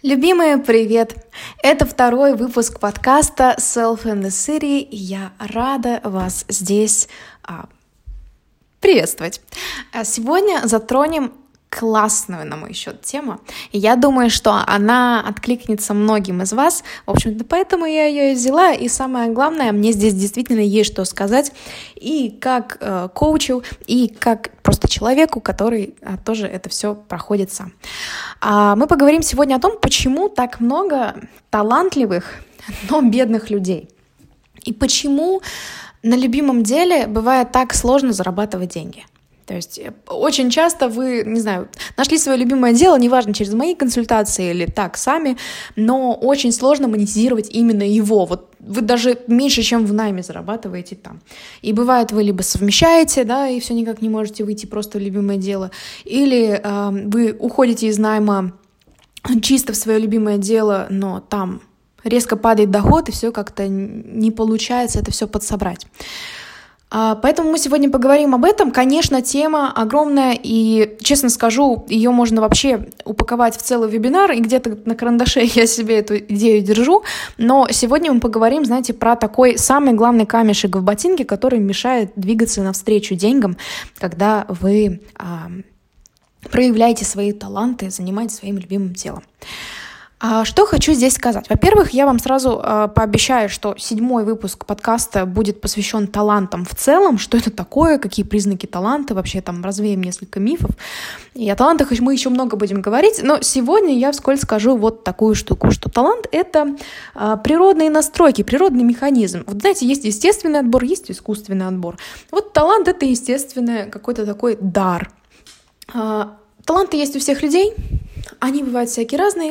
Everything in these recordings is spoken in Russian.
Любимые, привет! Это второй выпуск подкаста Self in the City, и я рада вас здесь приветствовать. Сегодня затронем классную, на мой счет, тему, и я думаю, что она откликнется многим из вас, в общем-то, поэтому я ее и взяла, и самое главное, мне здесь действительно есть что сказать, и как коучу, и как просто человеку, который тоже это все проходит сам. Мы поговорим сегодня о том, почему так много талантливых, но бедных людей, и почему на любимом деле бывает так сложно зарабатывать деньги. То есть очень часто вы, нашли свое любимое дело, неважно, через мои консультации или так сами, но очень сложно монетизировать именно его. Вот вы даже меньше, чем в найме зарабатываете там. И бывает, вы либо совмещаете, да, и все никак не можете выйти просто в любимое дело, или вы уходите из найма чисто в свое любимое дело, но там резко падает доход, и все как-то не получается это все подсобрать. Поэтому мы сегодня поговорим об этом. Конечно, тема огромная, и, честно скажу, ее можно вообще упаковать в целый вебинар, и где-то на карандаше я себе эту идею держу, но сегодня мы поговорим, про такой самый главный камешек в ботинке, который мешает двигаться навстречу деньгам, когда вы проявляете свои таланты, занимаетесь своим любимым делом. Что хочу здесь сказать? Во-первых, я вам сразу пообещаю, что 7-й выпуск подкаста будет посвящен талантам в целом. Что это такое, какие признаки таланта, вообще там развеем несколько мифов. И о талантах мы еще много будем говорить, но сегодня я вскользь скажу вот такую штуку, что талант — это природные настройки, природный механизм. Вот знаете, есть естественный отбор, есть искусственный отбор. Вот талант — это естественный какой-то такой дар. Таланты есть у всех людей, они бывают всякие разные,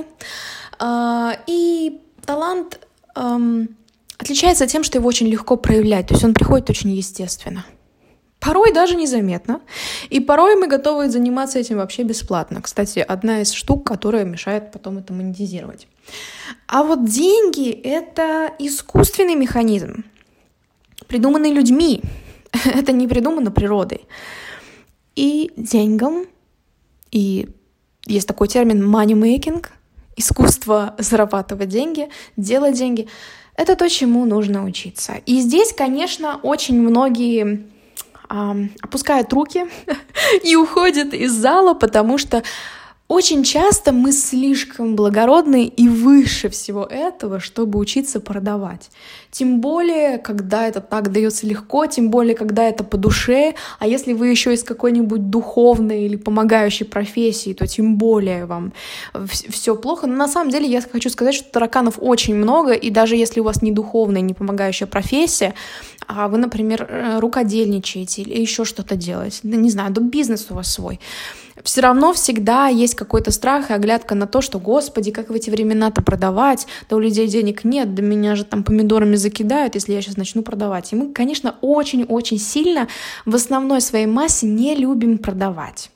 и талант отличается тем, что его очень легко проявлять, то есть он приходит очень естественно. Порой даже незаметно, и порой мы готовы заниматься этим вообще бесплатно. Кстати, одна из штук, которая мешает потом это монетизировать. А вот деньги — это искусственный механизм, придуманный людьми, это не придумано природой. И деньгам, и есть такой термин money making, искусство зарабатывать деньги, делать деньги. Это то, чему нужно учиться. И здесь, конечно, очень многие опускают руки и уходят из зала, потому что очень часто мы слишком благородны и выше всего этого, чтобы учиться продавать. Тем более, когда это так дается легко, тем более, когда это по душе. А если вы еще из какой-нибудь духовной или помогающей профессии, то тем более вам все плохо. Но на самом деле я хочу сказать, что тараканов очень много, и даже если у вас не духовная, не помогающая профессия, а вы, например, рукодельничаете или еще что-то делаете, бизнес у вас свой, все равно всегда есть какой-то страх и оглядка на то, что, господи, как в эти времена-то продавать, да у людей денег нет, да меня же там помидорами закидают, если я сейчас начну продавать. И мы, конечно, очень-очень сильно в основной своей массе не любим продавать.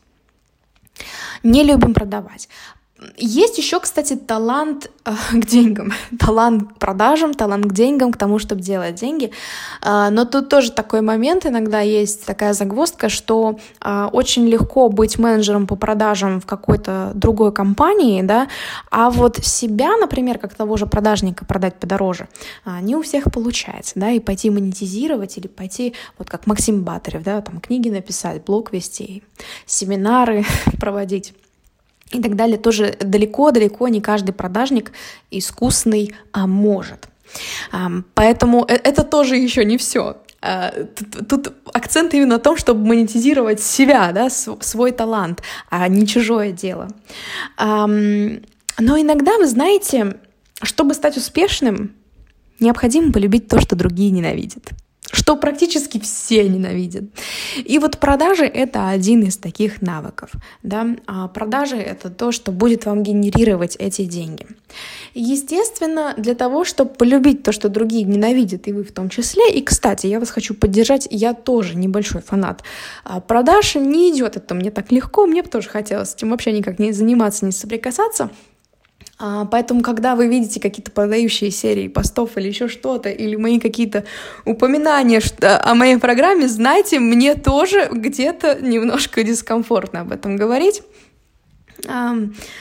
Есть еще, кстати, талант к деньгам, талант к продажам, талант к деньгам, к тому, чтобы делать деньги. Но тут тоже такой момент, иногда есть такая загвоздка, что очень легко быть менеджером по продажам в какой-то другой компании, да, а вот себя, например, как того же продажника продать подороже, не у всех получается, да, и пойти монетизировать или пойти, вот как Максим Батарев, да, там книги написать, блог вести, семинары проводить. И так далее, тоже далеко-далеко не каждый продажник искусный может. Поэтому это тоже еще не все. Тут акцент именно на том, чтобы монетизировать себя, да, свой талант, а не чужое дело. Но иногда, вы знаете, чтобы стать успешным, необходимо полюбить то, что другие ненавидят. Что практически все ненавидят. И вот продажи — это один из таких навыков. Да? А продажи — это то, что будет вам генерировать эти деньги. Естественно, для того, чтобы полюбить то, что другие ненавидят, и вы в том числе, и, кстати, я вас хочу поддержать, я тоже небольшой фанат продаж, не идет это мне так легко, мне бы тоже хотелось этим вообще никак не заниматься, не соприкасаться. Поэтому, когда вы видите какие-то продающие серии постов или еще что-то, или мои какие-то упоминания о моей программе, знайте, мне тоже где-то немножко дискомфортно об этом говорить.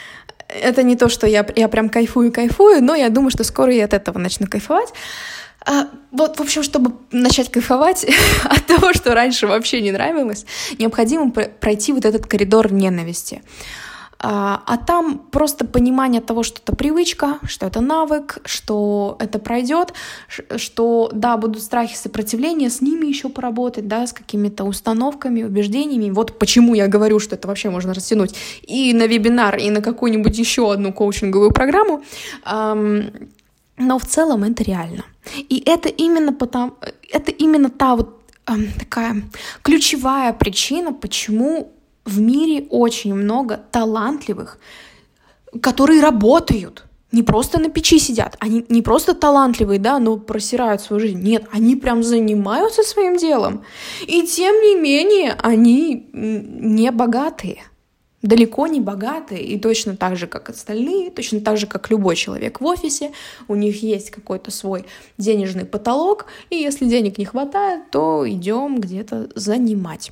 это не то, что я прям кайфую, но я думаю, что скоро я от этого начну кайфовать. Вот, в общем, чтобы начать кайфовать от того, что раньше вообще не нравилось, необходимо пройти вот этот коридор ненависти. А там просто понимание того, что это привычка, что это навык, что это пройдет, что, да, будут страхи, сопротивления, с ними еще поработать, да, с какими-то установками, убеждениями. Вот почему я говорю, что это вообще можно растянуть и на вебинар, и на какую-нибудь еще одну коучинговую программу. Но в целом это реально. И это именно та вот такая ключевая причина, почему в мире очень много талантливых, которые работают, не просто на печи сидят, они не просто талантливые, да, но просирают свою жизнь. Нет, они прям занимаются своим делом. И тем не менее, они не богатые. Далеко не богатые, и точно так же, как остальные, точно так же, как любой человек в офисе, у них есть какой-то свой денежный потолок, и если денег не хватает, то идем где-то занимать.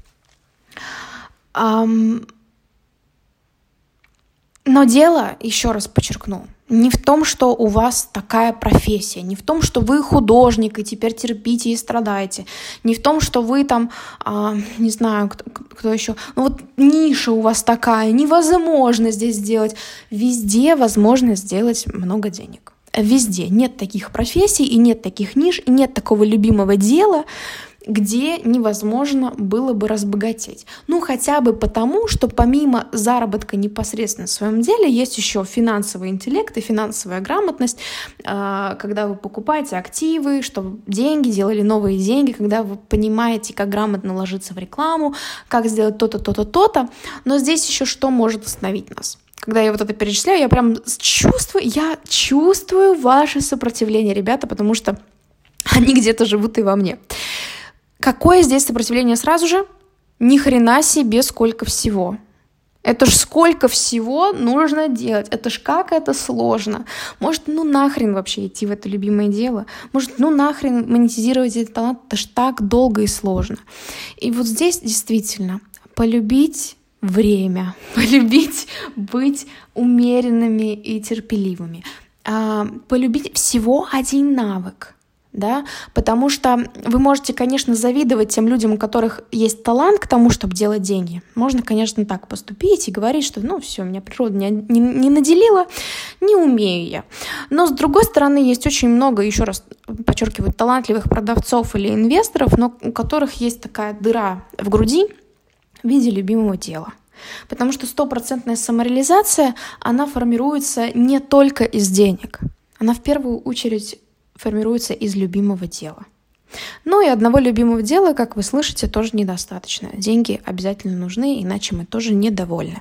Но дело, еще раз подчеркну, не в том, что у вас такая профессия, не в том, что вы художник и теперь терпите и страдаете, не в том, что вы там, не знаю, кто еще, ну вот ниша у вас такая, невозможно здесь сделать. Везде возможно сделать много денег. Везде нет таких профессий, и нет таких ниш, и нет такого любимого дела, где невозможно было бы разбогатеть. Ну, хотя бы потому, что помимо заработка непосредственно в своем деле, есть еще финансовый интеллект и финансовая грамотность, когда вы покупаете активы, чтобы деньги делали новые деньги, когда вы понимаете, как грамотно ложиться в рекламу, как сделать то-то, то-то, то-то. Но здесь еще что может остановить нас? Когда я вот это перечисляю, я прям чувствую ваше сопротивление, ребята, потому что они где-то живут и во мне. Какое здесь сопротивление сразу же? Ни хрена себе сколько всего. Это ж сколько всего нужно делать. Это ж как это сложно. Может, ну нахрен вообще идти в это любимое дело. Может, ну нахрен монетизировать этот талант. Это ж так долго и сложно. И вот здесь действительно полюбить время, полюбить быть умеренными и терпеливыми, полюбить всего один навык. Да? Потому что вы можете, конечно, завидовать тем людям, у которых есть талант к тому, чтобы делать деньги. Можно, конечно, так поступить и говорить, что ну все, меня природа не наделила, не умею я. Но с другой стороны, есть очень много, еще раз подчеркиваю, талантливых продавцов или инвесторов, но у которых есть такая дыра в груди в виде любимого дела. Потому что 100% самореализация, она формируется не только из денег. Она в первую очередь формируется из любимого дела. Ну и одного любимого дела, как вы слышите, тоже недостаточно. Деньги обязательно нужны, иначе мы тоже недовольны.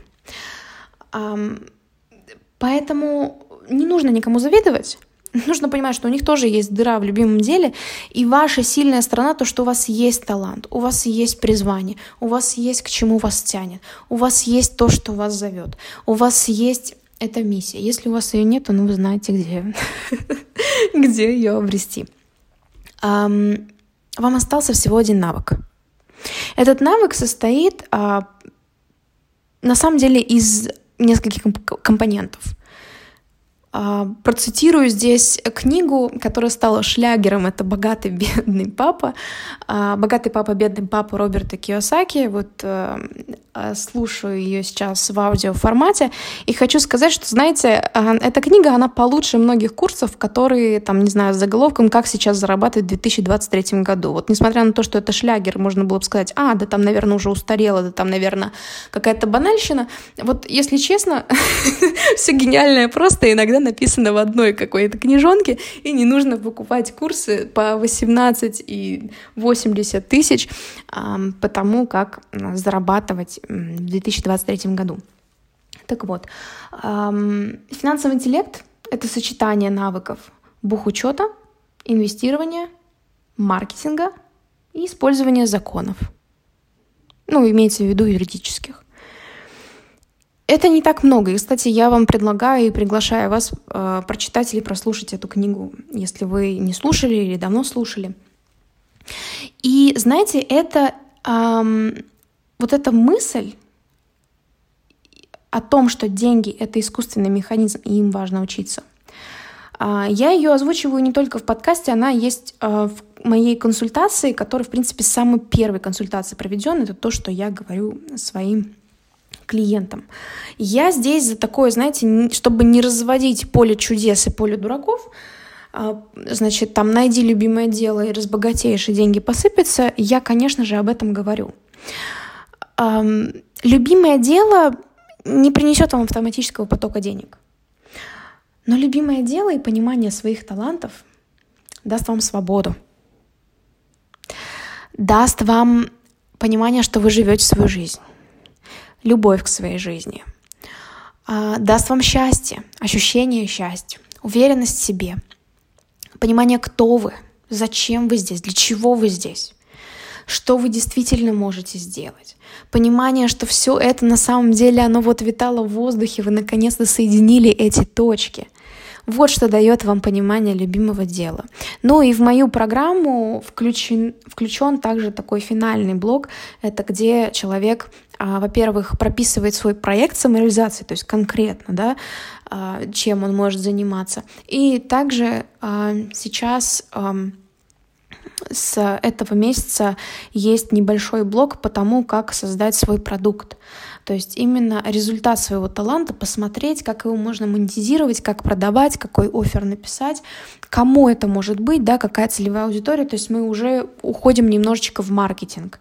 Поэтому не нужно никому завидовать. Нужно понимать, что у них тоже есть дыра в любимом деле, и ваша сильная сторона — то, что у вас есть талант, у вас есть призвание, у вас есть к чему вас тянет, у вас есть то, что вас зовет, у вас есть эта миссия. Если у вас ее нет, то вы знаете, где ее обрести. Вам остался всего один навык. Этот навык состоит, на самом деле, из нескольких компонентов. Процитирую здесь книгу, которая стала шлягером. Это «Богатый бедный папа». «Богатый папа, бедный папа» Роберта Кийосаки. Вот слушаю ее сейчас в аудиоформате. И хочу сказать, что, знаете, эта книга, она получше многих курсов, которые, там, не знаю, с заголовком «Как сейчас зарабатывать в 2023 году». Вот несмотря на то, что это шлягер, можно было бы сказать, да там, наверное, уже устарело, да там, наверное, какая-то банальщина. Вот, если честно, все гениальное просто иногда написано в одной какой-то книжонке, и не нужно покупать курсы по 18 и 80 тысяч по тому, как зарабатывать в 2023 году. Так вот, финансовый интеллект — это сочетание навыков бухучета, инвестирования, маркетинга и использования законов. Ну, имеется в виду юридических. Это не так много. И, кстати, я вам предлагаю и приглашаю вас прочитать или прослушать эту книгу, если вы не слушали или давно слушали. И, знаете, вот эта мысль, о том, что деньги — это искусственный механизм, и им важно учиться. Я ее озвучиваю не только в подкасте, она есть в моей консультации, которая, в принципе, с самой первой консультации проведена. Это то, что я говорю своим клиентам. Я здесь за такое, знаете, чтобы не разводить поле чудес и поле дураков, значит, там найди любимое дело и разбогатеешь, и деньги посыпятся, я, конечно же, об этом говорю. Любимое дело не принесет вам автоматического потока денег. Но любимое дело и понимание своих талантов даст вам свободу. Даст вам понимание, что вы живете свою жизнь. Любовь к своей жизни. Даст вам счастье, ощущение счастья, уверенность в себе. Понимание, кто вы, зачем вы здесь, для чего вы здесь. Что вы действительно можете сделать. Понимание, что все это на самом деле, оно вот витало в воздухе, вы наконец-то соединили эти точки. Вот что дает вам понимание любимого дела. Ну и в мою программу включен также такой финальный блок, это где человек, во-первых, прописывает свой проект самореализации, то есть конкретно, да, чем он может заниматься. И также сейчас с этого месяца есть небольшой блок по тому, как создать свой продукт. То есть именно результат своего таланта, посмотреть, как его можно монетизировать, как продавать, какой оффер написать, кому это может быть, да, какая целевая аудитория. То есть мы уже уходим немножечко в маркетинг.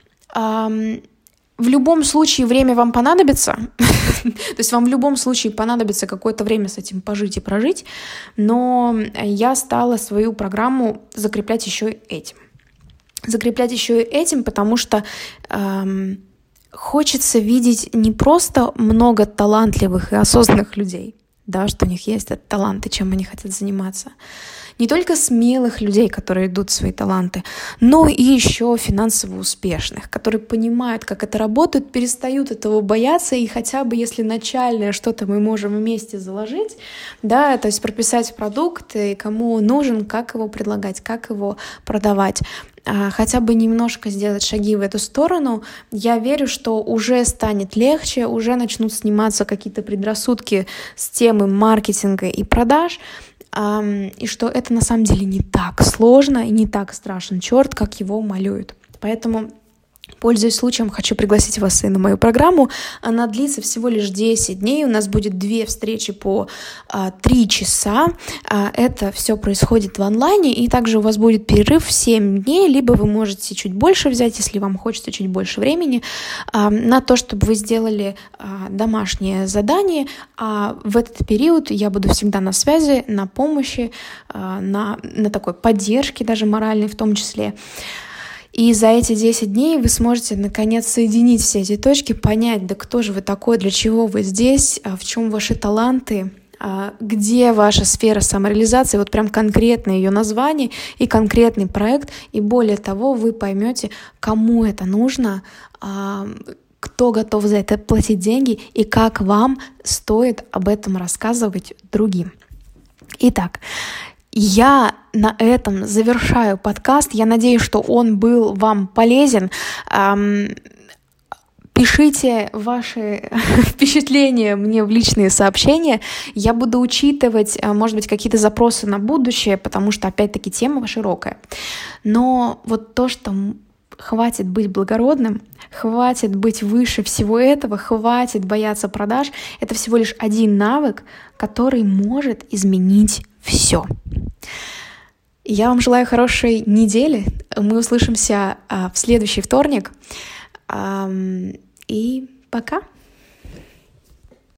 В любом случае время вам понадобится, то есть вам в любом случае понадобится какое-то время с этим пожить и прожить, но я стала свою программу закреплять еще и этим. Закреплять еще и этим, потому что хочется видеть не просто много талантливых и осознанных людей, да, что у них есть этот талант и чем они хотят заниматься. Не только смелых людей, которые идут в свои таланты, но и еще финансово успешных, которые понимают, как это работает, перестают этого бояться, и хотя бы если начальное что-то мы можем вместе заложить, да, то есть прописать продукт, и кому он нужен, как его предлагать, как его продавать, хотя бы немножко сделать шаги в эту сторону, я верю, что уже станет легче, уже начнут сниматься какие-то предрассудки с темы маркетинга и продаж, и что это на самом деле не так сложно и не так страшен черт, как его малюют. Поэтому, пользуясь случаем, хочу пригласить вас и на мою программу. Она длится всего лишь 10 дней. У нас будет 2 встречи по 3 часа. Это все происходит в онлайне. И также у вас будет перерыв в 7 дней. Либо вы можете чуть больше взять, если вам хочется чуть больше времени, на то, чтобы вы сделали домашнее задание. А в этот период я буду всегда на связи, на помощи, на такой поддержке, даже моральной в том числе. И за эти 10 дней вы сможете наконец соединить все эти точки, понять, да кто же вы такой, для чего вы здесь, в чем ваши таланты, где ваша сфера самореализации, вот прям конкретно ее название и конкретный проект. И более того, вы поймете, кому это нужно, кто готов за это платить деньги и как вам стоит об этом рассказывать другим. Итак, я на этом завершаю подкаст. Я надеюсь, что он был вам полезен. Пишите ваши впечатления мне в личные сообщения. Я буду учитывать, может быть, какие-то запросы на будущее, потому что, опять-таки, тема широкая. Но вот то, что хватит быть благородным, хватит быть выше всего этого, хватит бояться продаж, это всего лишь один навык, который может изменить все. Я вам желаю хорошей недели. Мы услышимся в следующий вторник. И пока.